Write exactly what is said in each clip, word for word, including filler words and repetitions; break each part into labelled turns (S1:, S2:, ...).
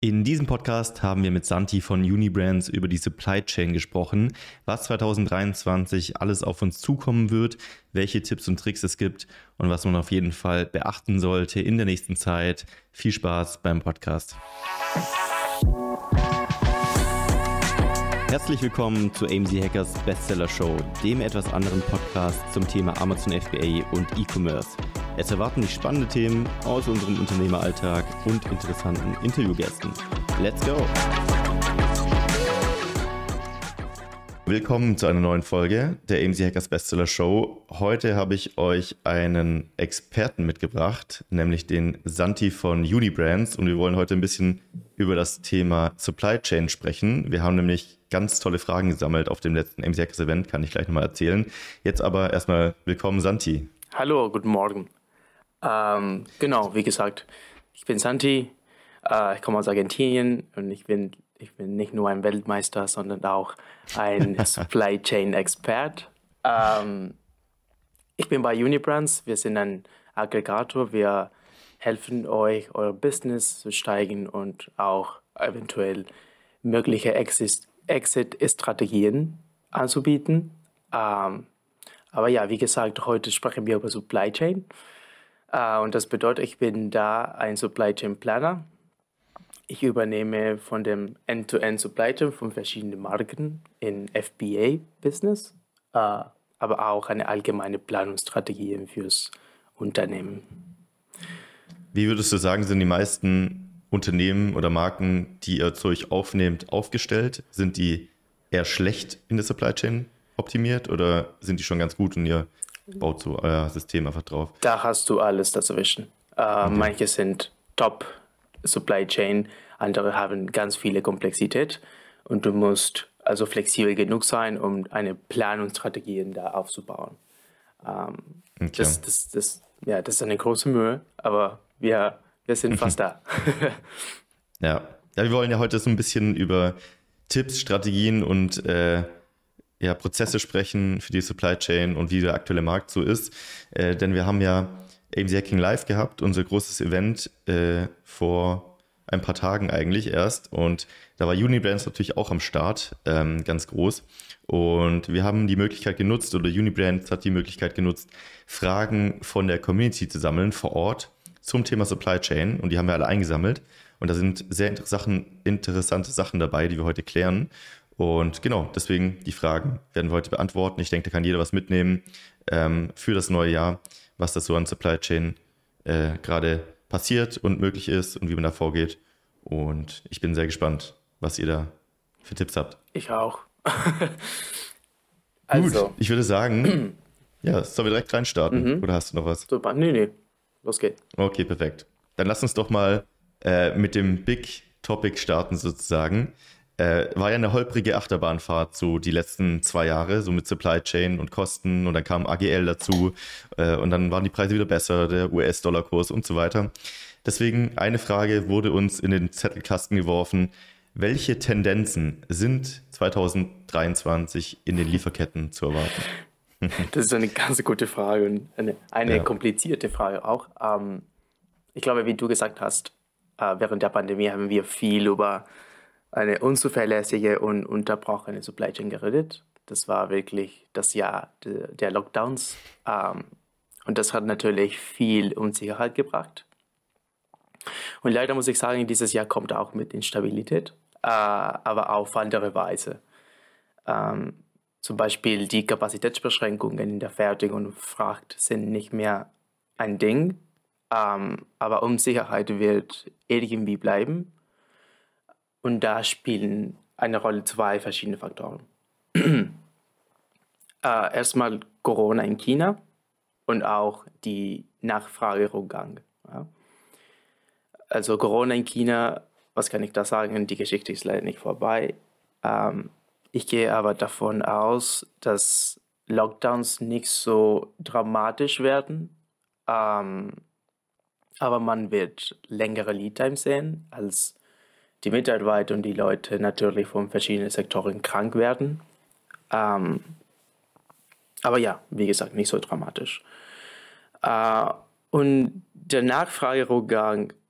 S1: In diesem Podcast haben wir mit Santi von Unibrands über die Supply Chain gesprochen, was zwanzig dreiundzwanzig alles auf uns zukommen wird, welche Tipps und Tricks es gibt und was man auf jeden Fall beachten sollte in der nächsten Zeit. Viel Spaß beim Podcast. Herzlich willkommen zu A M Z Hackers Bestseller Show, dem etwas anderen Podcast zum Thema Amazon F B A und E-Commerce. Es erwarten dich spannende Themen aus unserem Unternehmeralltag und interessanten Interviewgästen. Let's go! Willkommen zu einer neuen Folge der A M Z Hackers Bestseller Show. Heute habe ich euch einen Experten mitgebracht, nämlich den Santi von Unibrands, und wir wollen heute ein bisschen über das Thema Supply Chain sprechen. Wir haben nämlich ganz tolle Fragen gesammelt auf dem letzten A M Z Hackers Event, kann ich gleich nochmal erzählen. Jetzt aber erstmal willkommen, Santi.
S2: Hallo, guten Morgen. Ähm, genau, wie gesagt, ich bin Santi, äh, ich komme aus Argentinien und ich bin, ich bin nicht nur ein Weltmeister, sondern auch ein Supply Chain Expert. Ähm, ich bin bei Unibrands, wir sind ein Aggregator, wir helfen euch, euer Business zu steigen und auch eventuell mögliche Exit- Exit-Strategien anzubieten. Ähm, aber ja, wie gesagt, heute sprechen wir über Supply Chain. Uh, und das bedeutet, ich bin da ein Supply Chain Planner. Ich übernehme von dem End-to-End Supply Chain von verschiedenen Marken in F B A-Business, uh, aber auch eine allgemeine Planungsstrategie fürs Unternehmen.
S1: Wie würdest du sagen, sind die meisten Unternehmen oder Marken, die ihr zu euch aufnehmt, aufgestellt? Sind die eher schlecht in der Supply Chain optimiert oder sind die schon ganz gut und ihr baut so euer System einfach drauf?
S2: Da hast du alles dazwischen. Äh, okay. Manche sind top Supply Chain, andere haben ganz viele Komplexität und du musst also flexibel genug sein, um eine Planungsstrategie da aufzubauen. Ähm, okay. das, das, das, ja, das ist eine große Mühe, aber wir, wir sind fast da.
S1: ja. ja, wir wollen ja heute so ein bisschen über Tipps, Strategien und äh, ja, Prozesse sprechen für die Supply Chain und wie der aktuelle Markt so ist. Äh, denn wir haben ja A M Z Hacking Live gehabt, unser großes Event äh, vor ein paar Tagen eigentlich erst. Und da war Unibrands natürlich auch am Start, ähm, ganz groß. Und wir haben die Möglichkeit genutzt, oder Unibrands hat die Möglichkeit genutzt, Fragen von der Community zu sammeln vor Ort zum Thema Supply Chain. Und die haben wir alle eingesammelt. Und da sind sehr interessante Sachen dabei, die wir heute klären. Und genau, deswegen die Fragen werden wir heute beantworten. Ich denke, da kann jeder was mitnehmen ähm, für das neue Jahr, was das so an Supply Chain äh, gerade passiert und möglich ist und wie man da vorgeht. Und ich bin sehr gespannt, was ihr da für Tipps habt.
S2: Ich auch.
S1: also. Gut, ich würde sagen, ja, sollen wir direkt reinstarten? Mhm. Oder hast du noch was?
S2: Super, nee, nee, los geht's.
S1: Okay, perfekt. Dann lass uns doch mal äh, mit dem Big Topic starten sozusagen. Äh, war ja eine holprige Achterbahnfahrt so die letzten zwei Jahre, so mit Supply Chain und Kosten, und dann kam A G L dazu äh, und dann waren die Preise wieder besser, der U S-Dollar-Kurs und so weiter. Deswegen eine Frage wurde uns in den Zettelkasten geworfen: Welche Tendenzen sind zwanzig dreiundzwanzig in den Lieferketten zu erwarten?
S2: Das ist eine ganz gute Frage und eine, eine ja. komplizierte Frage auch. Ähm, ich glaube, wie du gesagt hast, äh, während der Pandemie haben wir viel über eine unzuverlässige und unterbrochene Supply Chain geredet. Das war wirklich das Jahr de, der Lockdowns. Ähm, und das hat natürlich viel Unsicherheit gebracht. Und leider muss ich sagen, dieses Jahr kommt auch mit Instabilität, äh, aber auf andere Weise. Ähm, zum Beispiel die Kapazitätsbeschränkungen in der Fertigung und Fracht sind nicht mehr ein Ding, ähm, aber Unsicherheit wird irgendwie bleiben. Und da spielen eine Rolle zwei verschiedene Faktoren. äh, erstmal Corona in China und auch die Nachfragerückgang. Ja. Also Corona in China, was kann ich da sagen? Die Geschichte ist leider nicht vorbei. Ähm, ich gehe aber davon aus, dass Lockdowns nicht so dramatisch werden. Ähm, aber man wird längere Lead-Times sehen, als die Mitarbeiter und die Leute natürlich von verschiedenen Sektoren krank werden. Ähm, aber ja, wie gesagt, nicht so dramatisch. Äh, und der Nachfragerückgang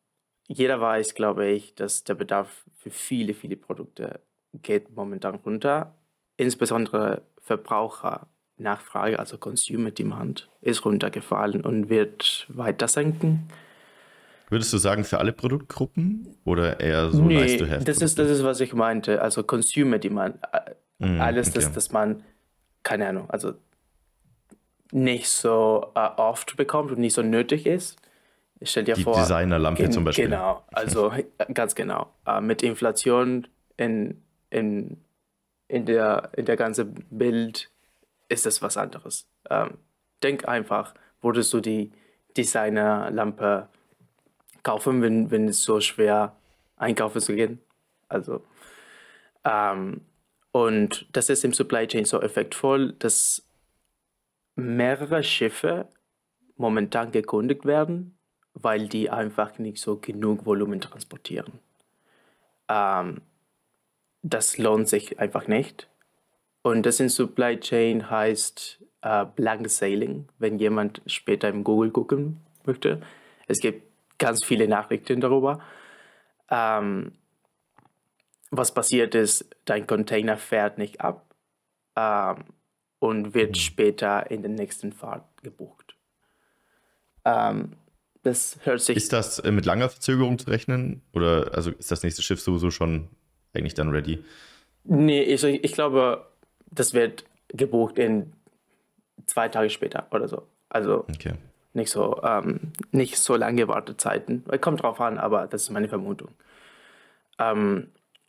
S2: jeder weiß, glaube ich, dass der Bedarf für viele, viele Produkte geht momentan runter. Insbesondere Verbrauchernachfrage, also Consumer Demand, ist runtergefallen und wird weiter sinken.
S1: Würdest du sagen, für alle Produktgruppen oder eher so
S2: Nee,
S1: nice to have?
S2: das ist, das ist, was ich meinte. Also Consumer Demand.
S1: Mm,
S2: Alles,
S1: okay.
S2: das, das man, keine Ahnung, also nicht so äh, oft bekommt und nicht so nötig ist. Stell dir
S1: Die
S2: vor,
S1: Designerlampe
S2: gen-
S1: zum Beispiel.
S2: Genau, also ganz genau. Äh, mit Inflation in, in, in, der, in der ganzen Bild ist das was anderes. Ähm, denk einfach, würdest du die Designerlampe kaufen, wenn, wenn es so schwer einkaufen zu gehen? Also, ähm, und das ist im Supply Chain so effektvoll, dass mehrere Schiffe momentan gekündigt werden, weil die einfach nicht so genug Volumen transportieren. Ähm, das lohnt sich einfach nicht. Und das in Supply Chain heißt äh, Blank Sailing, wenn jemand später im Google gucken möchte. Es gibt ganz viele Nachrichten darüber. Ähm, was passiert ist, dein Container fährt nicht ab ähm, und wird später in der nächsten Fahrt gebucht. Ähm, das hört sich...
S1: Ist das äh, mit langer Verzögerung zu rechnen? Oder also ist das nächste Schiff sowieso schon eigentlich dann ready?
S2: Nee, ich, ich glaube, das wird gebucht in zwei Tage später oder so. Also
S1: Okay.
S2: nicht so, ähm, nicht so lange Wartezeiten. Kommt drauf an, aber das ist meine Vermutung. Ähm,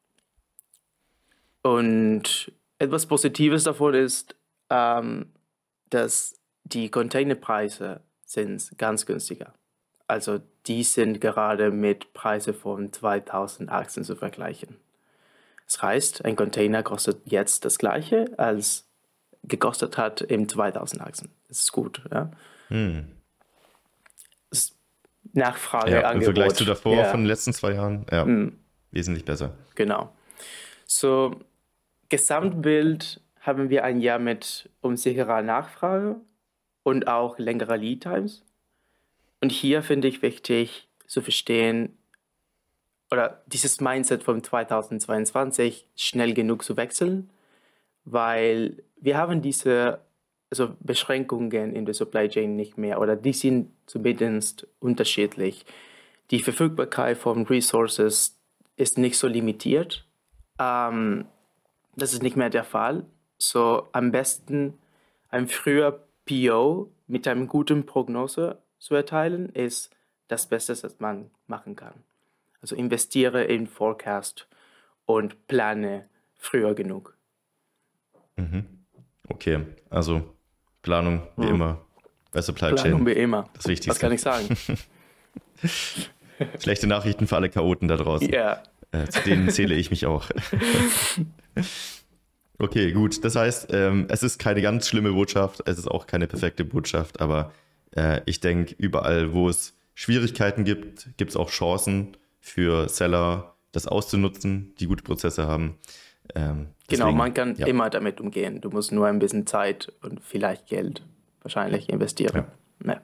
S2: und etwas Positives davon ist, ähm, dass die Containerpreise sind ganz günstiger. Also die sind gerade mit Preisen von zweitausendachtzehn zu vergleichen. Das heißt, ein Container kostet jetzt das gleiche, als gekostet hat im zweitausendachtzehn. Das ist gut. Ja?
S1: Hm.
S2: Das ist Nachfrage,
S1: Ja, im
S2: Angebot.
S1: Vergleich zu davor
S2: Ja,
S1: von den letzten zwei Jahren, ja,
S2: Mm,
S1: wesentlich besser.
S2: genau. So, Gesamtbild haben wir ein Jahr mit unsicherer Nachfrage und auch längerer Lead Times. Und hier finde ich wichtig zu verstehen, oder dieses Mindset von zweitausendzweiundzwanzig schnell genug zu wechseln, weil wir haben diese also Beschränkungen in der Supply Chain nicht mehr, oder die sind zumindest unterschiedlich. Die Verfügbarkeit von Resources ist nicht so limitiert. Ähm, das ist nicht mehr der Fall. So am besten ein früher P O mit einem guten Prognose zu erteilen, ist das Beste, was man machen kann. Also investiere in Forecast und plane früher genug.
S1: Mhm. Okay, also Planung wie
S2: Hm.
S1: immer bei Supply
S2: Planung
S1: Chain.
S2: wie immer.
S1: Das Wichtigste.
S2: Was kann ich sagen?
S1: Schlechte Nachrichten für alle Chaoten da draußen.
S2: Ja.
S1: Äh, zu denen zähle ich mich auch. Okay, gut. Das heißt, ähm, es ist keine ganz schlimme Botschaft, es ist auch keine perfekte Botschaft, aber äh, ich denke, überall, wo es Schwierigkeiten gibt, gibt es auch Chancen für Seller, das auszunutzen, die gute Prozesse haben. Ähm,
S2: Genau,
S1: deswegen,
S2: man kann
S1: ja.
S2: immer damit umgehen. Du musst nur ein bisschen Zeit und vielleicht Geld wahrscheinlich investieren. Ja.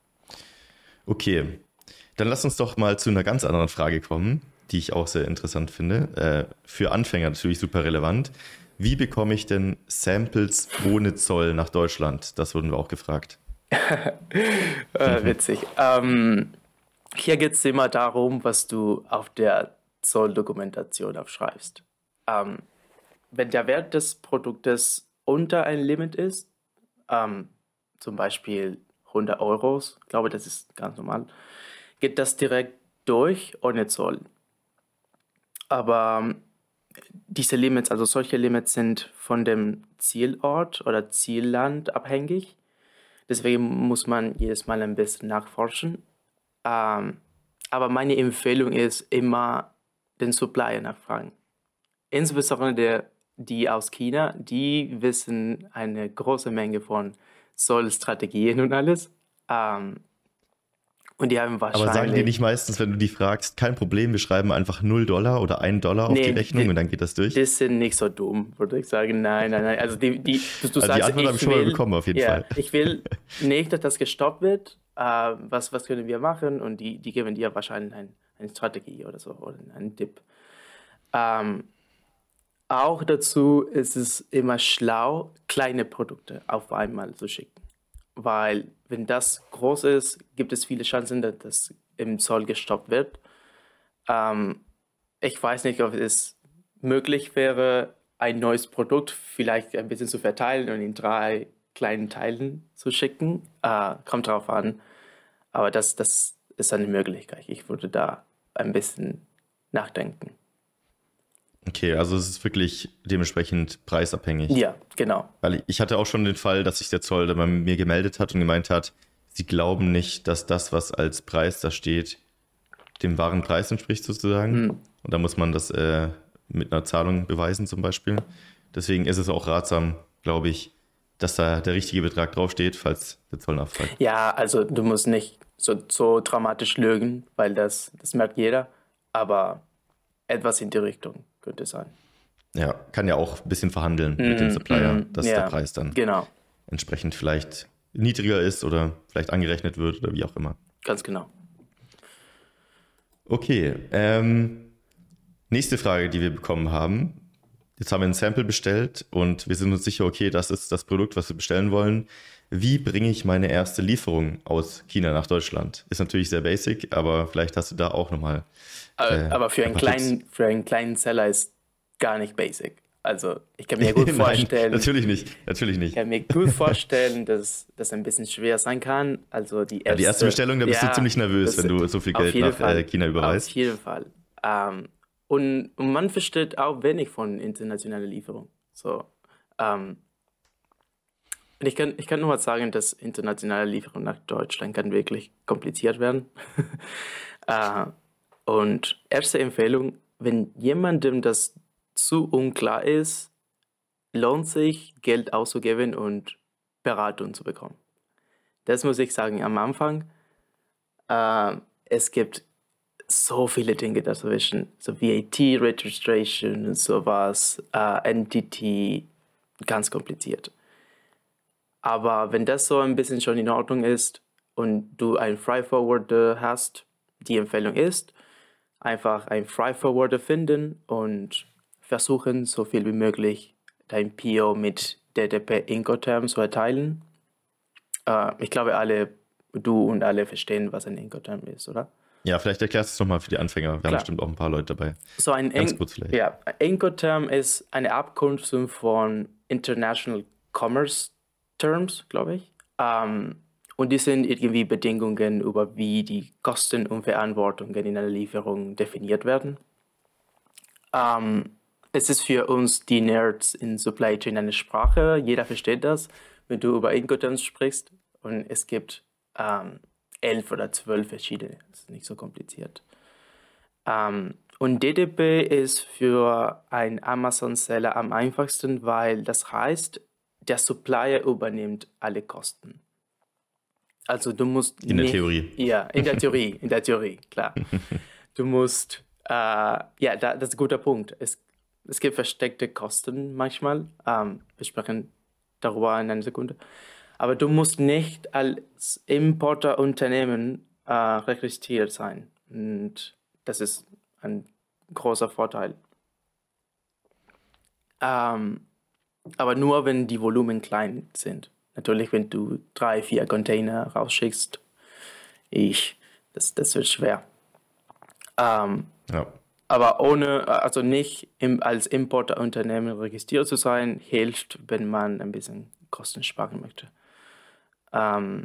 S1: Okay, dann lass uns doch mal zu einer ganz anderen Frage kommen, die ich auch sehr interessant finde. Äh, für Anfänger natürlich super relevant. Wie bekomme ich denn Samples ohne Zoll nach Deutschland? Das wurden wir auch gefragt.
S2: Äh, witzig. Ähm, hier geht es immer darum, was du auf der Zolldokumentation aufschreibst. Ähm, wenn der Wert des Produktes unter ein Limit ist, ähm, zum Beispiel hundert Euro, ich glaube, das ist ganz normal, geht das direkt durch ohne Zoll. Aber ähm, diese Limits, also solche Limits sind von dem Zielort oder Zielland abhängig. Deswegen muss man jedes Mal ein bisschen nachforschen. Ähm, aber meine Empfehlung ist immer den Supplier nachfragen. Insbesondere der, die aus China, die wissen eine große Menge von Zollstrategien und alles. Ähm, und die haben wahrscheinlich...
S1: Aber sagen die nicht meistens, wenn du die fragst, kein Problem, wir schreiben einfach null Dollar oder ein Dollar auf
S2: Nee,
S1: die Rechnung
S2: die-
S1: und dann geht das durch?
S2: Die sind nicht so dumm, würde ich sagen. Nein, nein, nein. Also die, die, du, du
S1: Also die
S2: sagst,
S1: Antwort habe ich
S2: ich
S1: schon mal
S2: will,
S1: bekommen, auf jeden
S2: ja,
S1: Fall.
S2: ich will nicht, dass das gestoppt wird. Äh, was, was können wir machen? Und die, die geben dir wahrscheinlich ein, eine Strategie oder so oder ein Tipp. Ähm, auch dazu ist es immer schlau, kleine Produkte auf einmal zu schicken. Weil wenn das groß ist, gibt es viele Chancen, dass das im Zoll gestoppt wird. Ähm, ich weiß nicht, ob es möglich wäre, ein neues Produkt vielleicht ein bisschen zu verteilen und in drei kleinen Teilen zu schicken. Äh, kommt drauf an. Aber das, das ist eine Möglichkeit. Ich würde da ein bisschen nachdenken.
S1: Okay, also es ist wirklich dementsprechend preisabhängig.
S2: Ja, genau.
S1: Weil ich hatte auch schon den Fall, dass sich der Zoll da bei mir gemeldet hat und gemeint hat, sie glauben nicht, dass das, was als Preis da steht, dem wahren Preis entspricht sozusagen. Mhm. Und da muss man das äh, mit einer Zahlung beweisen zum Beispiel. Deswegen ist es auch ratsam, glaube ich, dass da der richtige Betrag draufsteht, falls der Zoll nachfragt.
S2: Ja, also du musst nicht so, so dramatisch lügen, weil das, das merkt jeder. Aber etwas in die Richtung könnte sein.
S1: Ja, kann ja auch ein bisschen verhandeln mm, mit dem Supplier, mm, dass ja, der Preis dann
S2: genau.
S1: entsprechend vielleicht niedriger ist oder vielleicht angerechnet wird oder wie auch immer.
S2: Ganz genau.
S1: Okay, ähm, nächste Frage, die wir bekommen haben. Jetzt haben wir ein Sample bestellt und wir sind uns sicher, okay, das ist das Produkt, was wir bestellen wollen. Wie bringe ich meine erste Lieferung aus China nach Deutschland? Ist natürlich sehr basic, aber vielleicht hast du da auch nochmal
S2: Äh, aber für einen, kleinen, für einen kleinen Seller ist gar nicht basic. Also ich kann mir gut vorstellen...
S1: Nein, natürlich nicht, natürlich nicht.
S2: Ich kann mir gut vorstellen, dass das ein bisschen schwer sein kann. Also die erste,
S1: ja, die erste Bestellung, da bist ja, du ziemlich nervös, wenn du so viel Geld nach Fall, China überweist.
S2: Auf jeden Fall. Ähm, und, und man versteht auch wenig von internationaler Lieferung. So, ähm, und ich kann, ich kann nur mal sagen, dass internationale Lieferung nach Deutschland kann wirklich kompliziert werden. äh, Und erste Empfehlung, wenn jemandem das zu unklar ist, lohnt sich, Geld auszugeben und Beratung zu bekommen. Das muss ich sagen am Anfang. Äh, es gibt so viele Dinge dazwischen, so V A T-Registration und sowas, äh, N T T, ganz kompliziert. Aber wenn das so ein bisschen schon in Ordnung ist und du einen Freight Forwarder hast, die Empfehlung ist, einfach einen Freight Forwarder finden und versuchen, so viel wie möglich dein P O mit D D P Incoterm zu erteilen. Äh, ich glaube, alle, du und alle verstehen, was ein Incoterm ist, oder?
S1: Ja, vielleicht erklärst du es nochmal für die Anfänger. Wir Klar. haben bestimmt auch ein paar Leute dabei.
S2: So ein
S1: Ganz
S2: In-
S1: kurz vielleicht.
S2: Ja, Incoterm ist eine Abkürzung von International Commerce Terms, glaube ich. Ähm, Und die sind irgendwie Bedingungen, über wie die Kosten und Verantwortungen in einer Lieferung definiert werden. Ähm, es ist für uns, die Nerds in Supply Chain, eine Sprache. Jeder versteht das, wenn du über Incoterms sprichst. Und es gibt ähm, elf oder zwölf verschiedene. Das ist nicht so kompliziert. Ähm, und D D P ist für einen Amazon-Seller am einfachsten, weil das heißt, der Supplier übernimmt alle Kosten. Also du musst
S1: in
S2: nicht,
S1: der Theorie.
S2: Ja, in der Theorie, in der Theorie, klar. Du musst, äh, ja, da, das ist ein guter Punkt. Es, es gibt versteckte Kosten manchmal. Ähm, wir sprechen darüber in einer Sekunde. Aber du musst nicht als Importerunternehmen äh, registriert sein. Und das ist ein großer Vorteil. Ähm, aber nur, wenn die Volumen klein sind. Natürlich, wenn du drei, vier Container rausschickst, ich, das, das wird schwer. Ähm, ja. Aber ohne, also nicht im, als Importerunternehmen registriert zu sein, hilft, wenn man ein bisschen Kosten sparen möchte. Ähm,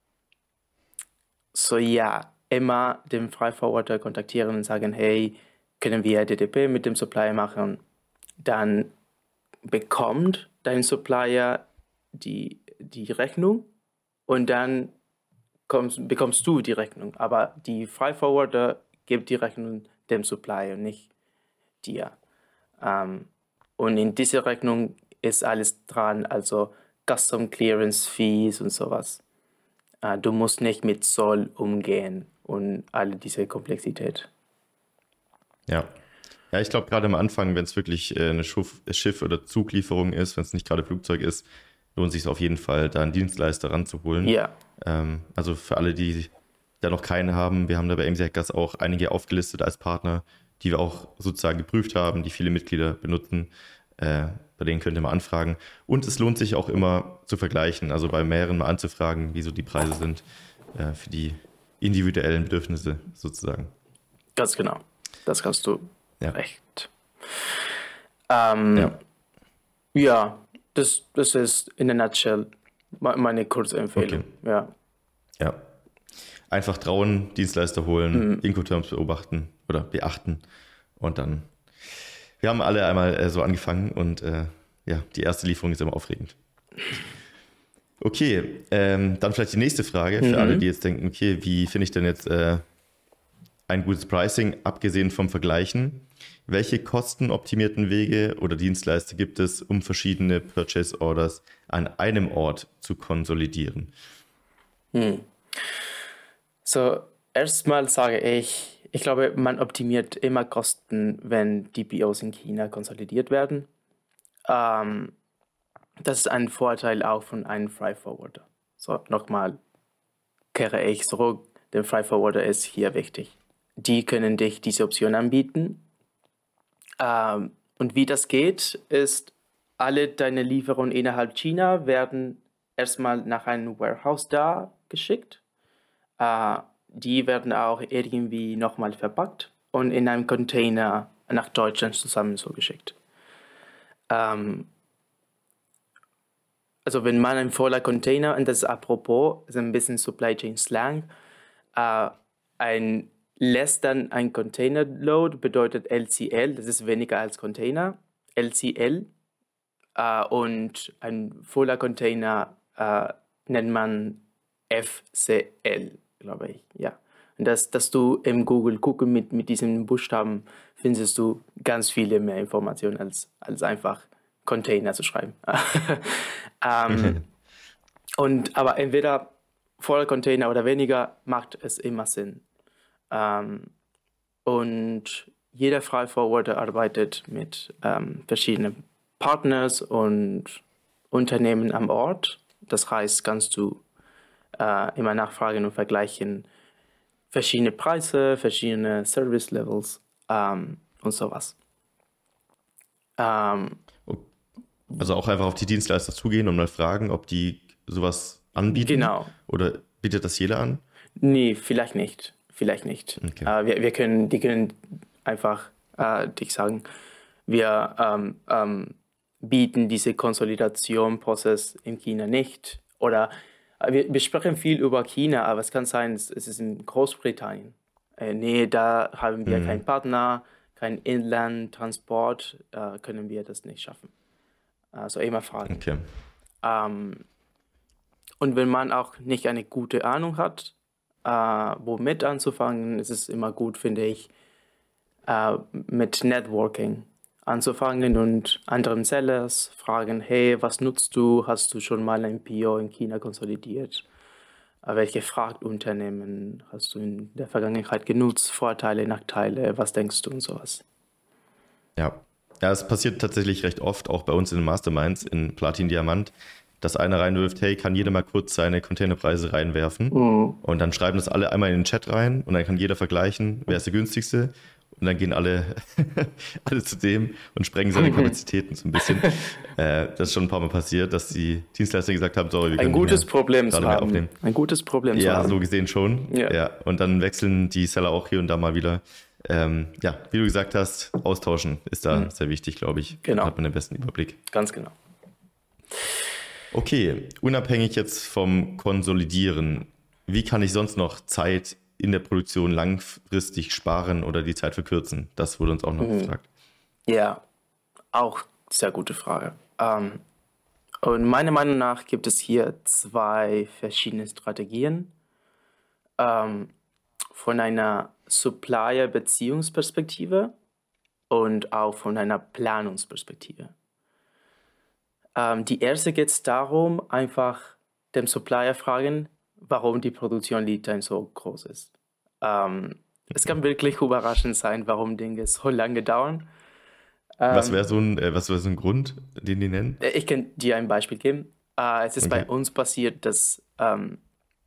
S2: so ja, immer den Freight Forwarder kontaktieren und sagen, hey, können wir D D P mit dem Supplier machen? Dann bekommt dein Supplier die die Rechnung und dann kommst, bekommst du die Rechnung. Aber die Freight Forwarder gibt die Rechnung dem Supplier, nicht dir. Ähm, und in dieser Rechnung ist alles dran, also Custom Clearance Fees und sowas. Äh, du musst nicht mit Zoll umgehen und alle diese Komplexität.
S1: Ja. Ja, ich glaube gerade am Anfang, wenn es wirklich äh, eine Schiff-, Schiff- oder Zuglieferung ist, wenn es nicht gerade Flugzeug ist, lohnt sich auf jeden Fall, da einen Dienstleister ranzuholen.
S2: Ja.
S1: Ähm, also für alle, die da noch keine haben. Wir haben da bei A M Z Hackers auch einige aufgelistet als Partner, die wir auch sozusagen geprüft haben, die viele Mitglieder benutzen. Äh, bei denen könnt ihr mal anfragen. Und es lohnt sich auch immer zu vergleichen, also bei mehreren mal anzufragen, wie so die Preise sind äh, für die individuellen Bedürfnisse sozusagen.
S2: Ganz genau. Das kannst du
S1: Ja.
S2: recht. Ähm,
S1: Ja.
S2: ja, das, das ist in a nutshell me- meine kurze Empfehlung.
S1: Okay.
S2: Ja.
S1: Ja. Einfach trauen, Dienstleister holen, Incoterms beobachten oder beachten und dann. Wir haben alle einmal äh, so angefangen und äh, ja, die erste Lieferung ist immer aufregend. Okay, ähm, dann vielleicht die nächste Frage für
S2: Mhm.
S1: alle, die jetzt denken, okay, wie finde ich denn jetzt äh, ein gutes Pricing, abgesehen vom Vergleichen? Welche kostenoptimierten Wege oder Dienstleister gibt es, um verschiedene Purchase Orders an einem Ort zu konsolidieren?
S2: So, erstmal sage ich, ich glaube, man optimiert immer Kosten, wenn D P Os in China konsolidiert werden. Ähm, das ist ein Vorteil auch von einem Freight Forwarder. So, nochmal kehre ich zurück, der Freight Forwarder ist hier wichtig. Die können dich diese Option anbieten. Ähm, und wie das geht, ist, alle deine Lieferungen innerhalb China werden erstmal nach einem Warehouse da geschickt. Äh, die werden auch irgendwie nochmal verpackt und in einem Container nach Deutschland zusammen so geschickt. Ähm, also wenn man ein voller Container, und das ist apropos, ist ein bisschen Supply Chain Slang, äh, ein less than ein Container Load bedeutet L C L, das ist weniger als Container, L C L, äh, und ein voller Container äh, nennt man F C L, glaube ich, ja. Und das, dass du im Google gucken mit, mit diesen Buchstaben, findest du ganz viele mehr Informationen als, als einfach Container zu schreiben. ähm, und, aber entweder voller Container oder weniger macht es immer Sinn. Ähm, und jeder Freight Forwarder arbeitet mit ähm, verschiedenen Partners und Unternehmen am Ort. Das heißt, kannst du äh, immer nachfragen und vergleichen verschiedene Preise, verschiedene Service Levels ähm, und sowas. Ähm,
S1: Also auch einfach auf die Dienstleister zugehen und mal fragen, ob die sowas anbieten.
S2: Genau.
S1: Oder bietet das jeder an?
S2: Nee, vielleicht nicht. Vielleicht nicht.
S1: Okay.
S2: Äh, wir, wir können, die können einfach äh, dich sagen, wir ähm, ähm, bieten diese Konsolidation-Prozess in China nicht. Oder äh, wir, wir sprechen viel über China, aber es kann sein, es, es ist in Großbritannien. Äh, nee, da haben wir
S1: Mhm.
S2: keinen Partner, keinen Inlandtransport, äh, können wir das nicht schaffen. Also immer fragen.
S1: Okay.
S2: Ähm, und wenn man auch nicht eine gute Ahnung hat, äh, womit anzufangen, ist es immer gut, finde ich, äh, mit Networking anzufangen und anderen Sellers fragen, hey, was nutzt du? Hast du schon mal ein P O in China konsolidiert? Äh, welche Frachtunternehmen hast du in der Vergangenheit genutzt? Vorteile, Nachteile, was denkst du und sowas?
S1: Ja. Ja, es passiert tatsächlich recht oft, auch bei uns in den Masterminds in Platin Diamant, dass einer reinwirft, hey, kann jeder mal kurz seine Containerpreise reinwerfen?
S2: Mhm.
S1: Und dann schreiben das alle einmal in den Chat rein und dann kann jeder vergleichen, wer ist der günstigste. Und dann gehen alle, alle zu dem und sprengen seine Kapazitäten so ein bisschen. äh, das ist schon ein paar Mal passiert, dass die Dienstleister gesagt haben, sorry, wir können
S2: Ein gutes
S1: nicht mehr,
S2: Problem zu
S1: gerade mehr
S2: haben.
S1: aufnehmen.
S2: Ein gutes Problem zu
S1: Ja,
S2: haben.
S1: so gesehen schon.
S2: Ja.
S1: Ja. Und dann wechseln die Seller auch hier und da mal wieder. Ähm, ja, wie du gesagt hast, austauschen ist da sehr wichtig, glaube ich.
S2: Genau.
S1: Dann hat man den besten Überblick.
S2: Ganz genau.
S1: Okay, unabhängig jetzt vom Konsolidieren, wie kann ich sonst noch Zeit in der Produktion langfristig sparen oder die Zeit verkürzen? Das wurde uns auch noch gefragt.
S2: Ja, auch sehr gute Frage. Ähm, und meiner Meinung nach gibt es hier zwei verschiedene Strategien. Ähm, von einer Supplier-Beziehungsperspektive und auch von einer Planungsperspektive. Ähm, die erste geht es darum, einfach dem Supplier fragen, warum die Produktion Lead Time so groß ist. Ähm, es kann wirklich überraschend sein, warum Dinge so lange dauern.
S1: Was wäre so, ein, äh, was wär so ein Grund, den die nennen?
S2: Ich kann dir ein Beispiel geben. Äh, es ist
S1: Okay.
S2: bei uns passiert, dass ähm,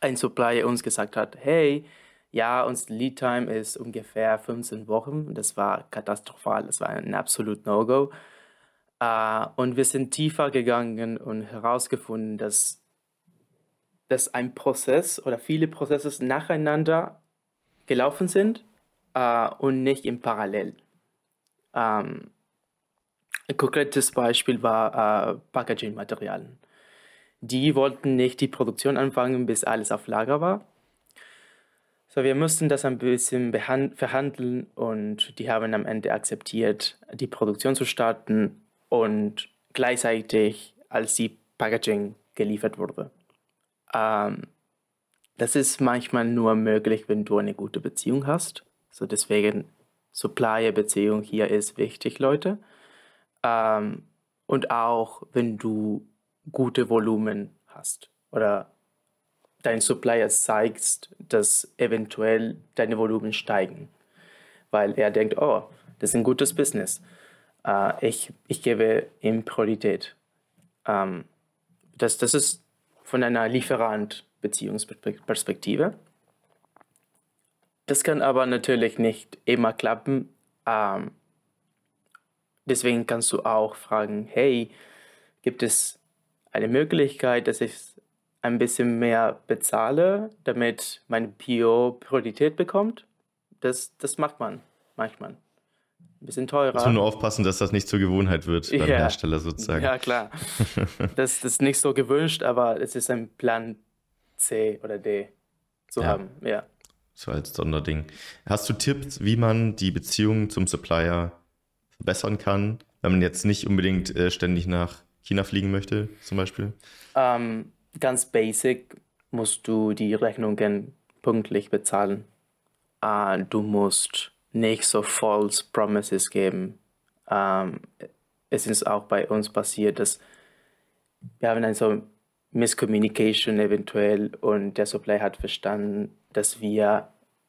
S2: ein Supplier uns gesagt hat, hey, ja, unser Lead Time ist ungefähr fünfzehn Wochen. Das war katastrophal, das war ein absolut No-Go. Uh, und wir sind tiefer gegangen und herausgefunden, dass, dass ein Prozess oder viele Prozesse nacheinander gelaufen sind uh, und nicht im Parallel. Um, ein konkretes Beispiel war uh, Packaging-Materialien. Die wollten nicht die Produktion anfangen, bis alles auf Lager war. So, wir mussten das ein bisschen behand- verhandeln und die haben am Ende akzeptiert, die Produktion zu starten und gleichzeitig, als die Packaging geliefert wurde. Ähm, das ist manchmal nur möglich, wenn du eine gute Beziehung hast. So deswegen, Supplier-Beziehung hier ist wichtig, Leute. Ähm, und auch, wenn du gute Volumen hast oder dein Supplier zeigst, dass eventuell deine Volumen steigen, weil er denkt, oh, das ist ein gutes Business. Uh, ich, ich gebe ihm Priorität. Um, das, das ist von einer Lieferant-Beziehungsperspektive. Das kann aber natürlich nicht immer klappen. Um, deswegen kannst du auch fragen, hey, gibt es eine Möglichkeit, dass ich ein bisschen mehr bezahle, damit mein P O Priorität bekommt? Das, das macht man manchmal. Ein bisschen teurer.
S1: Muss man nur aufpassen, dass das nicht zur Gewohnheit wird beim
S2: ja,
S1: Hersteller sozusagen.
S2: Ja, klar. Das, das ist nicht so gewünscht, aber es ist ein Plan C oder D zu
S1: ja.
S2: haben. Ja.
S1: So als Sonderding. Hast du Tipps, wie man die Beziehung zum Supplier verbessern kann, wenn man jetzt nicht unbedingt äh, ständig nach China fliegen möchte, zum Beispiel?
S2: Ähm, ganz basic musst du die Rechnungen pünktlich bezahlen. Äh, du musst nicht so false promises geben. Ähm, es ist auch bei uns passiert, dass wir haben eine so Miscommunication eventuell und der Supplier hat verstanden, dass wir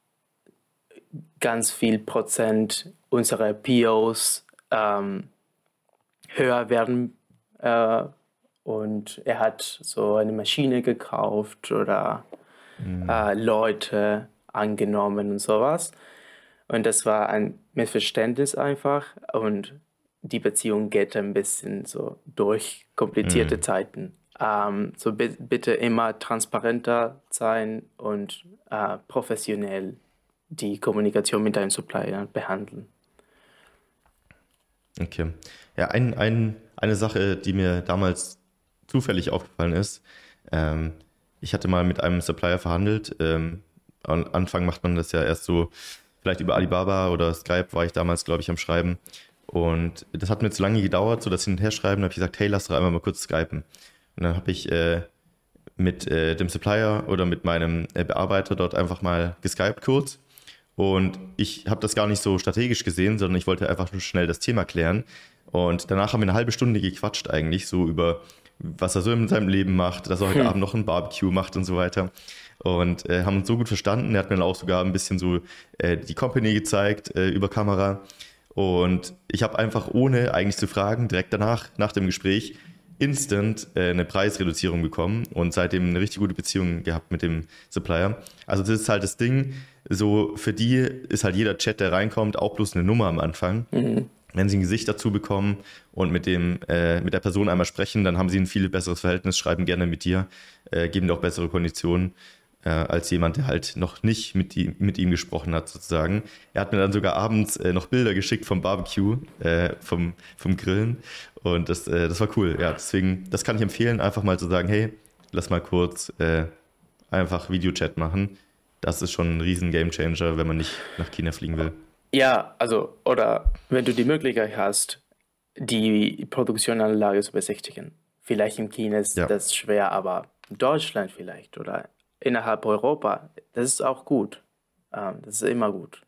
S2: ganz viel Prozent unserer P Os ähm, höher werden äh, und er hat so eine Maschine gekauft oder mhm. äh, Leute angenommen und sowas. Und das war ein Missverständnis einfach und die Beziehung geht ein bisschen so durch komplizierte mhm. Zeiten. Ähm, so b- bitte immer transparenter sein und äh, professionell die Kommunikation mit deinen Suppliern behandeln.
S1: Okay. Ja, ein, ein, eine Sache, die mir damals zufällig aufgefallen ist, ähm, ich hatte mal mit einem Supplier verhandelt. Ähm, am Anfang macht man das ja erst so, vielleicht über Alibaba oder Skype war ich damals, glaube ich, am Schreiben. Und das hat mir zu lange gedauert, so das Hin- und Herschreiben. Da habe ich gesagt, hey, lass doch einmal mal kurz skypen. Und dann habe ich äh, mit äh, dem Supplier oder mit meinem äh, Bearbeiter dort einfach mal geskypt kurz. Und ich habe das gar nicht so strategisch gesehen, sondern ich wollte einfach nur schnell das Thema klären. Und danach haben wir eine halbe Stunde gequatscht eigentlich, so über was er so in seinem Leben macht, dass er heute hm. Abend noch ein Barbecue macht und so weiter. Und äh, haben uns so gut verstanden. Er hat mir dann auch sogar ein bisschen so äh, die Company gezeigt äh, über Kamera. Und ich habe einfach, ohne eigentlich zu fragen, direkt danach, nach dem Gespräch, instant äh, eine Preisreduzierung bekommen und seitdem eine richtig gute Beziehung gehabt mit dem Supplier. Also das ist halt das Ding, so für die ist halt jeder Chat, der reinkommt, auch bloß eine Nummer am Anfang. Mhm. Wenn sie ein Gesicht dazu bekommen und mit dem äh, mit der Person einmal sprechen, dann haben sie ein viel besseres Verhältnis, schreiben gerne mit dir, äh, geben dir auch bessere Konditionen äh, als jemand, der halt noch nicht mit, die, mit ihm gesprochen hat sozusagen. Er hat mir dann sogar abends äh, noch Bilder geschickt vom Barbecue, äh, vom, vom Grillen und das, äh, das war cool. Ja, deswegen, das kann ich empfehlen, einfach mal zu sagen, hey, lass mal kurz äh, einfach Videochat machen. Das ist schon ein riesen Gamechanger, wenn man nicht nach China fliegen will.
S2: Ja, also, oder wenn du die Möglichkeit hast, die Produktionsanlage zu besichtigen. Vielleicht in China ist ja. das schwer, aber in Deutschland vielleicht oder innerhalb Europa, das ist auch gut. Das ist immer gut.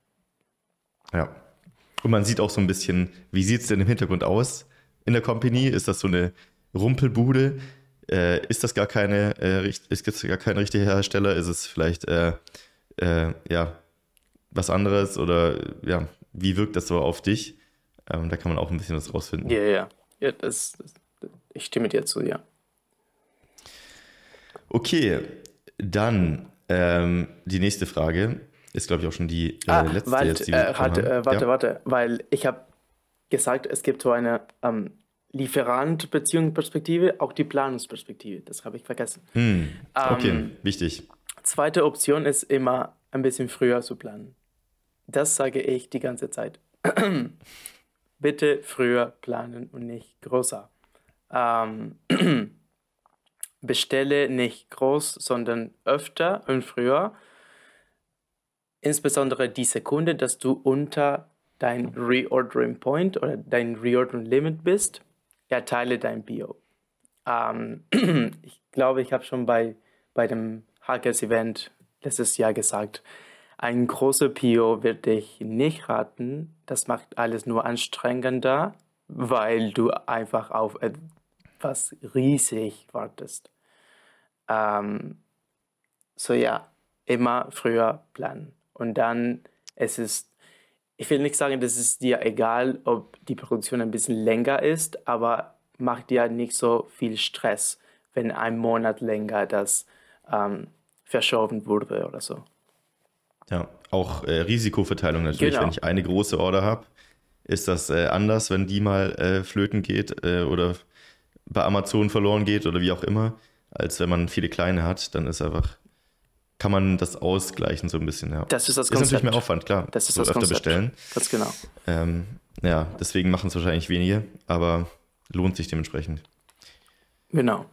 S1: Ja. Und man sieht auch so ein bisschen, wie sieht es denn im Hintergrund aus in der Company? Ist das so eine Rumpelbude? Äh, ist das gar keine, äh, ist das gar kein richtiger Hersteller? Ist es vielleicht, äh, äh, ja, was anderes oder ja, wie wirkt das so auf dich? Ähm, da kann man auch ein bisschen was rausfinden.
S2: Ja, ja, ja, das, das, ich stimme dir zu, ja.
S1: Okay, Dann ähm, die nächste Frage ist, glaube ich, auch schon die äh,
S2: Ah,
S1: letzte
S2: warte,
S1: jetzt, die wir
S2: äh,
S1: bekommen
S2: warte,
S1: haben.
S2: äh, warte,
S1: Ja.
S2: warte, weil ich habe gesagt, es gibt so eine ähm, Lieferant-Beziehung-Perspektive, auch die Planungsperspektive. Das habe ich vergessen.
S1: Hm, okay,
S2: Ähm,
S1: wichtig.
S2: zweite Option ist immer ein bisschen früher zu planen. Das sage ich die ganze Zeit. Bitte früher planen und nicht größer. Ähm, bestelle nicht groß, sondern öfter und früher. Insbesondere die Sekunde, dass du unter dein Reordering Point oder dein Reordering Limit bist, erteile dein Bio. Ähm, ich glaube, ich habe schon bei, bei dem Hackers Event letztes Jahr gesagt, ein großer P O würde ich nicht raten. Das macht alles nur anstrengender, weil du einfach auf etwas riesig wartest. Ähm, so ja, immer früher planen. Und dann, es ist, ich will nicht sagen, das ist dir egal, ob die Produktion ein bisschen länger ist, aber macht dir nicht so viel Stress, wenn ein Monat länger das ähm, verschoben wurde oder so.
S1: Ja, auch äh, Risikoverteilung natürlich.
S2: Genau.
S1: Wenn ich eine große Order habe, ist das äh, anders, wenn die mal äh, flöten geht äh, oder bei Amazon verloren geht oder wie auch immer, als wenn man viele kleine hat. Dann ist einfach, kann man das ausgleichen so ein bisschen. Ja.
S2: Das ist das
S1: Ist natürlich
S2: Konzept.
S1: mehr Aufwand, klar.
S2: Das ist
S1: so
S2: das
S1: öfter
S2: Konzept.
S1: bestellen.
S2: Ganz genau.
S1: Ähm, ja, deswegen machen es wahrscheinlich wenige, aber lohnt sich dementsprechend.
S2: Genau.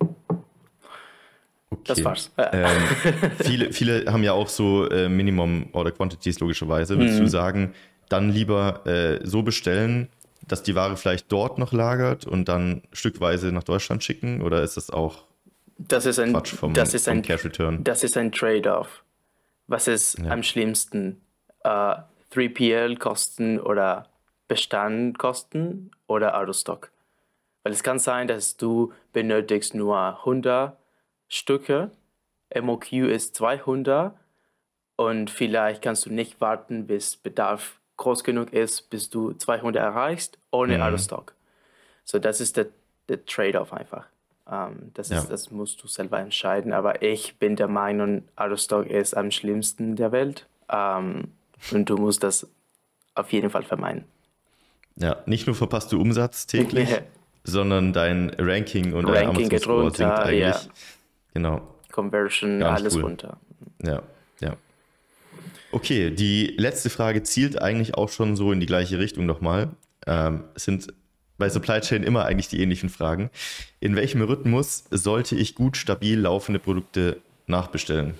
S1: Okay.
S2: Das war's. Ja.
S1: Ähm, viele, viele haben ja auch so äh, Minimum Order Quantities logischerweise. Würdest
S2: Mhm.
S1: du sagen, dann lieber äh, so bestellen, dass die Ware vielleicht dort noch lagert und dann stückweise nach Deutschland schicken? Oder ist das auch
S2: Das ist ein,
S1: Quatsch vom,
S2: das ist
S1: vom
S2: ein,
S1: Cash Return?
S2: das ist ein Trade-off. Was ist
S1: Ja.
S2: am schlimmsten? Äh, drei P L-Kosten oder Bestandkosten oder Out-of-Stock? Weil es kann sein, dass du benötigst nur hundert Stücke, M O Q ist zweihundert und vielleicht kannst du nicht warten, bis Bedarf groß genug ist, bis du zweihundert erreichst, ohne
S1: Mhm.
S2: Out-of-Stock. So, das ist der, der Trade-off einfach. Ähm, das, ist,
S1: Ja.
S2: das musst du selber entscheiden, aber ich bin der Meinung, Out-of-Stock ist am schlimmsten der Welt ähm, und du musst das auf jeden Fall vermeiden.
S1: Ja, nicht nur verpasst du Umsatz täglich, sondern dein Ranking und dein
S2: Ranking geht
S1: Amazon-Score sinkt
S2: runter,
S1: eigentlich.
S2: ja.
S1: Genau,
S2: Conversion,
S1: Gar nicht
S2: alles
S1: cool.
S2: runter.
S1: ja, ja. Okay, die letzte Frage zielt eigentlich auch schon so in die gleiche Richtung nochmal. Ähm, es sind bei Supply Chain immer eigentlich die ähnlichen Fragen. In welchem Rhythmus sollte ich gut stabil laufende Produkte nachbestellen?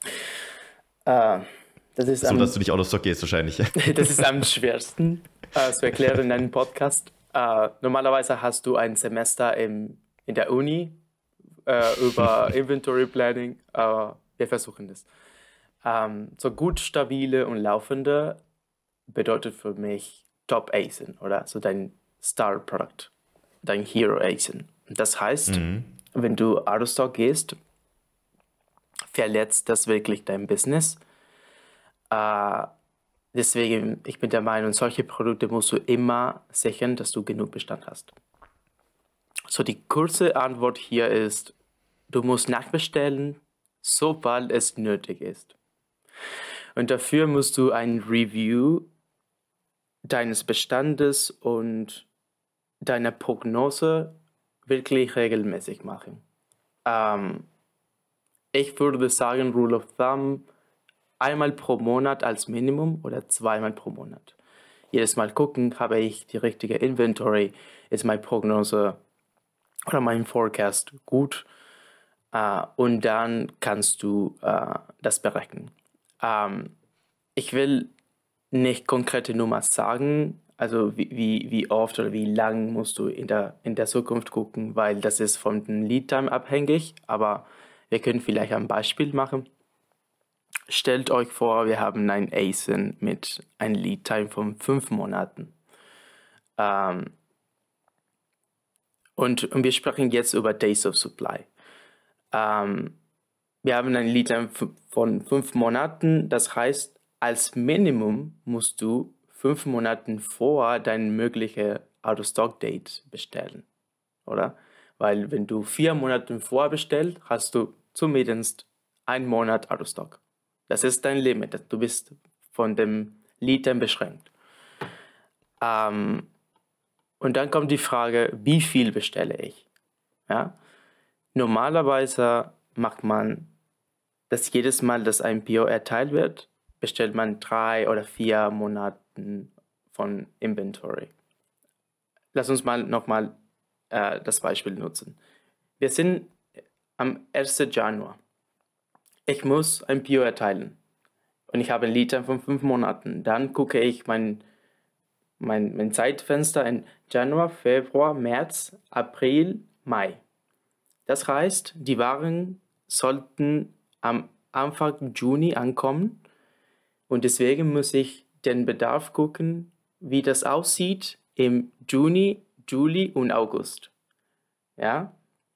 S2: Äh, das, ist
S1: So,
S2: am,
S1: dass du nicht out of stock gehst wahrscheinlich.
S2: das ist am schwersten äh, zu erklären in einem Podcast. Äh, normalerweise hast du ein Semester im, in der Uni äh, über Inventory Planning. Äh, wir versuchen das. Ähm, so gut stabile und laufende bedeutet für mich Top A S I N oder so dein Star Product, dein Hero A S I N. Das heißt,
S1: Mhm.
S2: wenn du out of stock gehst, verletzt das wirklich dein Business. Äh, deswegen, ich bin der Meinung, solche Produkte musst du immer sichern, dass du genug Bestand hast. So, die kurze Antwort hier ist, du musst nachbestellen, sobald es nötig ist. Und dafür musst du ein Review deines Bestandes und deiner Prognose wirklich regelmäßig machen. Ähm, ich würde sagen, Rule of Thumb, einmal pro Monat als Minimum oder zweimal pro Monat. Jedes Mal gucken, habe ich die richtige Inventory, ist meine Prognose oder mein Forecast gut, äh, und dann kannst du äh, das berechnen. Ähm, ich will nicht konkrete Nummern sagen, also wie, wie, wie oft oder wie lang musst du in der, in der Zukunft gucken, weil das ist von dem Lead Time abhängig, aber wir können vielleicht ein Beispiel machen. Stellt euch vor, wir haben ein A S I N mit einem Lead Time von fünf Monaten. Ähm, und, und wir sprechen jetzt über Days of Supply. Ähm, wir haben ein Lead Time von fünf Monaten, das heißt, als Minimum musst du fünf Monate vor dein mögliche Out-of-Stock-Date bestellen, oder? Weil wenn du vier Monate vorher bestellst, hast du zumindest ein Monat out of stock. Das ist dein Limit. Du bist von dem Lead-Time beschränkt. Ähm, und dann kommt die Frage, wie viel bestelle ich? Ja? Normalerweise macht man das jedes Mal, dass ein P O erteilt wird, bestellt man drei oder vier Monate von Inventory. Lass uns mal nochmal äh, das Beispiel nutzen. Wir sind am ersten Januar. Ich muss ein P O erteilen und ich habe ein Lead-Time von fünf Monaten. Dann gucke ich mein, mein, mein Zeitfenster in Januar, Februar, März, April, Mai. Das heißt, die Waren sollten am Anfang Juni ankommen und deswegen muss ich den Bedarf gucken, wie das aussieht im Juni, Juli und August. Ja?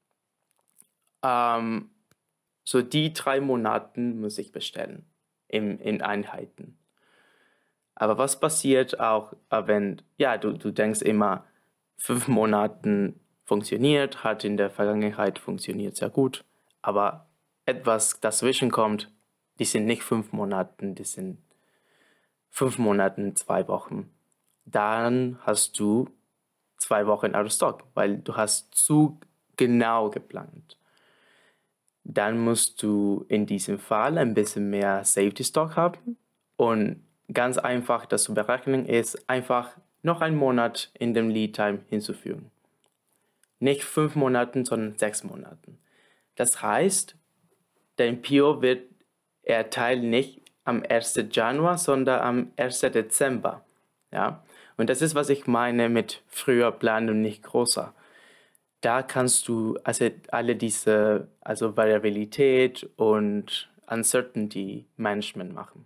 S2: Ähm, so die drei Monate muss ich bestellen in, in Einheiten. Aber was passiert auch, wenn, ja, du, du denkst immer, fünf Monaten funktioniert, hat in der Vergangenheit funktioniert sehr gut, aber etwas dazwischen kommt, die sind nicht fünf Monate, die sind fünf Monate, zwei Wochen. Dann hast du zwei Wochen out of stock, weil du hast zu genau geplant. Dann musst du in diesem Fall ein bisschen mehr Safety Stock haben und ganz einfach, das zu berechnen ist, einfach noch einen Monat in dem Lead Time hinzufügen. Nicht fünf Monaten, sondern sechs Monaten. Das heißt, dein P O wird erteilt nicht am ersten Januar, sondern am ersten Dezember. Ja? Und das ist, was ich meine mit früher planen und nicht großer. Da kannst du also alle diese also Variabilität und Uncertainty Management machen.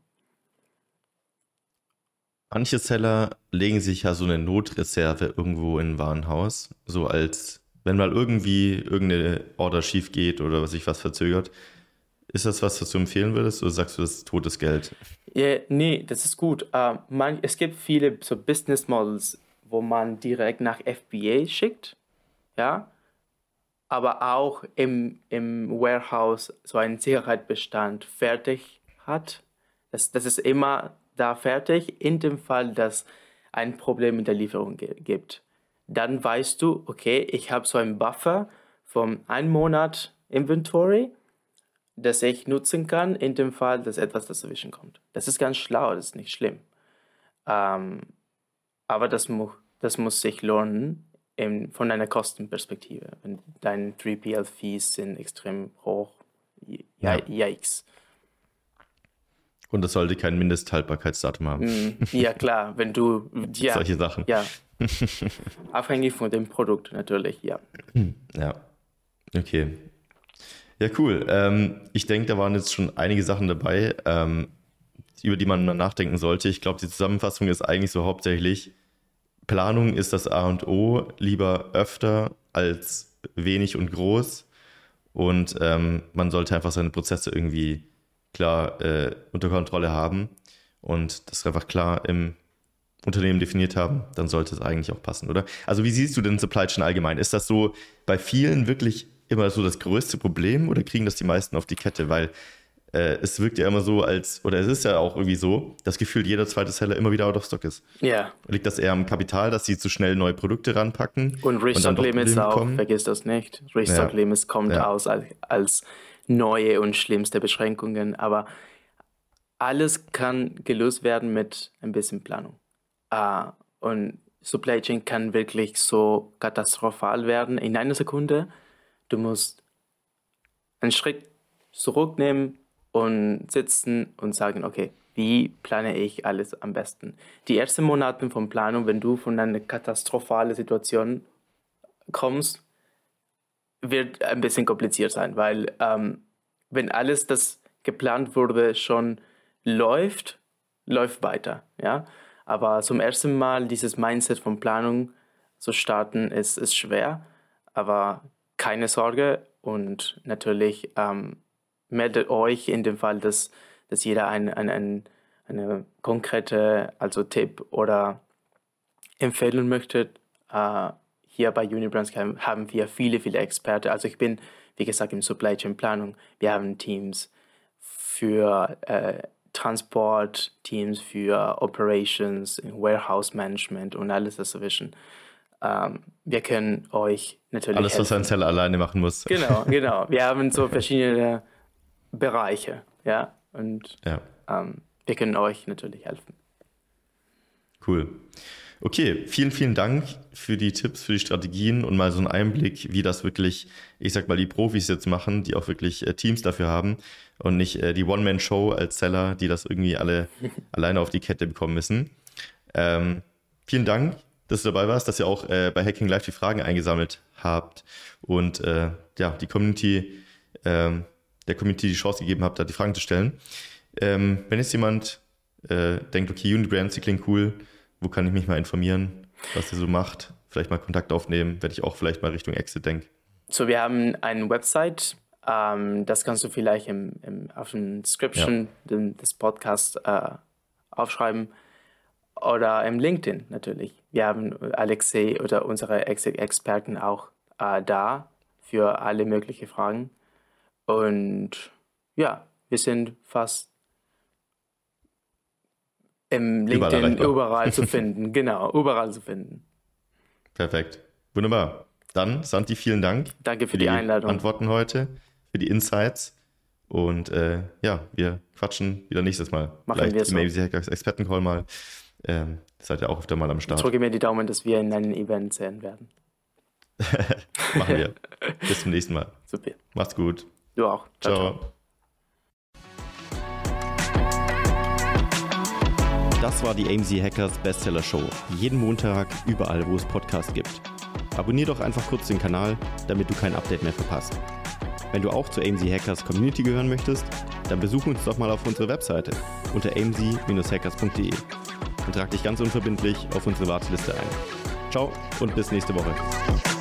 S1: Manche Seller legen sich ja so eine Notreserve irgendwo in ein Warenhaus, so als wenn mal irgendwie irgendeine Order schief geht oder sich was verzögert. Ist das was, was du empfehlen würdest, oder sagst du, das ist totes Geld?
S2: Ja, nee, das ist gut. Uh, man, es gibt viele so Business Models, wo man direkt nach F B A schickt, ja, aber auch im, im Warehouse so einen Sicherheitsbestand fertig hat. Das, das ist immer da fertig, in dem Fall, dass ein Problem mit der Lieferung ge- gibt. Dann weißt du, okay, ich habe so einen Buffer von einem Monat Inventory, das ich nutzen kann, in dem Fall, dass etwas dazwischen kommt. Das ist ganz schlau, das ist nicht schlimm. Ähm, aber das, mu- das muss sich lohnen in, von einer Kostenperspektive. Und deine drei P L-Fees sind extrem hoch. Ja,
S1: Ja.
S2: yikes.
S1: Und das sollte kein Mindesthaltbarkeitsdatum haben.
S2: Mm, ja, klar, wenn du, ja,
S1: Solche Sachen.
S2: ja, abhängig von dem Produkt natürlich, ja.
S1: Ja, okay. Ja, cool. Ähm, ich denke, da waren jetzt schon einige Sachen dabei, ähm, über die man mal nachdenken sollte. Ich glaube, die Zusammenfassung ist eigentlich so hauptsächlich, Planung ist das A und O, lieber öfter als wenig und groß. Und ähm, man sollte einfach seine Prozesse irgendwie klar äh, unter Kontrolle haben und das einfach klar im Unternehmen definiert haben, dann sollte es eigentlich auch passen, oder? Also wie siehst du denn Supply Chain allgemein? Ist das so bei vielen wirklich immer so das größte Problem oder kriegen das die meisten auf die Kette? Weil äh, es wirkt ja immer so als, oder es ist ja auch irgendwie so, dass gefühlt jeder zweite Seller immer wieder out of stock ist.
S2: Ja.
S1: Liegt das eher am Kapital, dass sie zu schnell neue Produkte ranpacken?
S2: Und Restock Limits auch,
S1: kommen?
S2: vergiss das nicht. Restock
S1: Ja.
S2: Limits kommt
S1: Ja.
S2: aus als, als neue und schlimmste Beschränkungen, aber alles kann gelöst werden mit ein bisschen Planung. Uh, und Supply Chain kann wirklich so katastrophal werden in einer Sekunde. Du musst einen Schritt zurücknehmen und sitzen und sagen, okay, wie plane ich alles am besten? Die ersten Monate von Planung, wenn du von einer katastrophalen Situation kommst, wird ein bisschen kompliziert sein, weil ähm, wenn alles, das geplant wurde, schon läuft, läuft weiter, ja. Aber zum ersten Mal dieses Mindset von Planung zu starten, ist, ist schwer, aber keine Sorge und natürlich ähm, meldet euch in dem Fall, dass, dass jeder ein, ein, ein, eine konkrete also Tipp oder Empfehlung möchte. Äh, hier bei Unibrands haben wir viele, viele Experten. Also ich bin, wie gesagt, in Supply Chain Planung. Wir haben Teams, für äh, Transportteams, für Operations, Warehouse Management und alles dazwischen. Ähm, wir können euch natürlich
S1: Alles,
S2: helfen.
S1: was ein Seller alleine machen muss.
S2: Genau, genau. Wir haben so verschiedene Bereiche, ja, und
S1: Ja.
S2: ähm, wir können euch natürlich helfen.
S1: Cool. Okay, vielen, vielen Dank für die Tipps, für die Strategien und mal so einen Einblick, wie das wirklich, ich sag mal, die Profis jetzt machen, die auch wirklich äh, Teams dafür haben und nicht äh, die One-Man-Show als Seller, die das irgendwie alle alleine auf die Kette bekommen müssen. Ähm, vielen Dank, dass du dabei warst, dass ihr auch äh, bei Hacking Live die Fragen eingesammelt habt und äh, ja, die Community, ähm, der Community die Chance gegeben habt, da die Fragen zu stellen. Ähm, wenn jetzt jemand äh, denkt, okay, Unibrands, die klingt cool, wo kann ich mich mal informieren, was ihr so macht? Vielleicht mal Kontakt aufnehmen, wenn ich auch vielleicht mal Richtung Exit denke.
S2: So, wir haben eine Website, ähm, das kannst du vielleicht im, im, auf dem Description ja. des Podcasts äh, aufschreiben oder im LinkedIn natürlich. Wir haben Alexei oder unsere Exit-Experten auch äh, da für alle möglichen Fragen. Und ja, wir sind fast im LinkedIn überall, überall zu finden. Genau, überall zu finden.
S1: Perfekt. Wunderbar. Dann, Santi, vielen Dank.
S2: Danke für, für die,
S1: die
S2: Einladung.
S1: Antworten heute, für die Insights. Und äh, ja, wir quatschen wieder nächstes Mal.
S2: Machen
S1: Vielleicht
S2: wir so.
S1: im A M Z Hackers Expertencall mal. Ähm, seid ihr auch öfter mal am Start.
S2: Ich drücke mir die Daumen, dass wir in einem Event sehen werden.
S1: Machen wir. Bis zum nächsten Mal.
S2: Super.
S1: Macht's gut.
S2: Du auch.
S1: Ciao. ciao. ciao. Das war die A M Z Hackers Bestseller Show. Jeden Montag, überall, wo es Podcasts gibt. Abonnier doch einfach kurz den Kanal, damit du kein Update mehr verpasst. Wenn du auch zur A M Z Hackers Community gehören möchtest, dann besuch uns doch mal auf unserer Webseite unter a m z dash hackers punkt d e und trag dich ganz unverbindlich auf unsere Warteliste ein. Ciao und bis nächste Woche.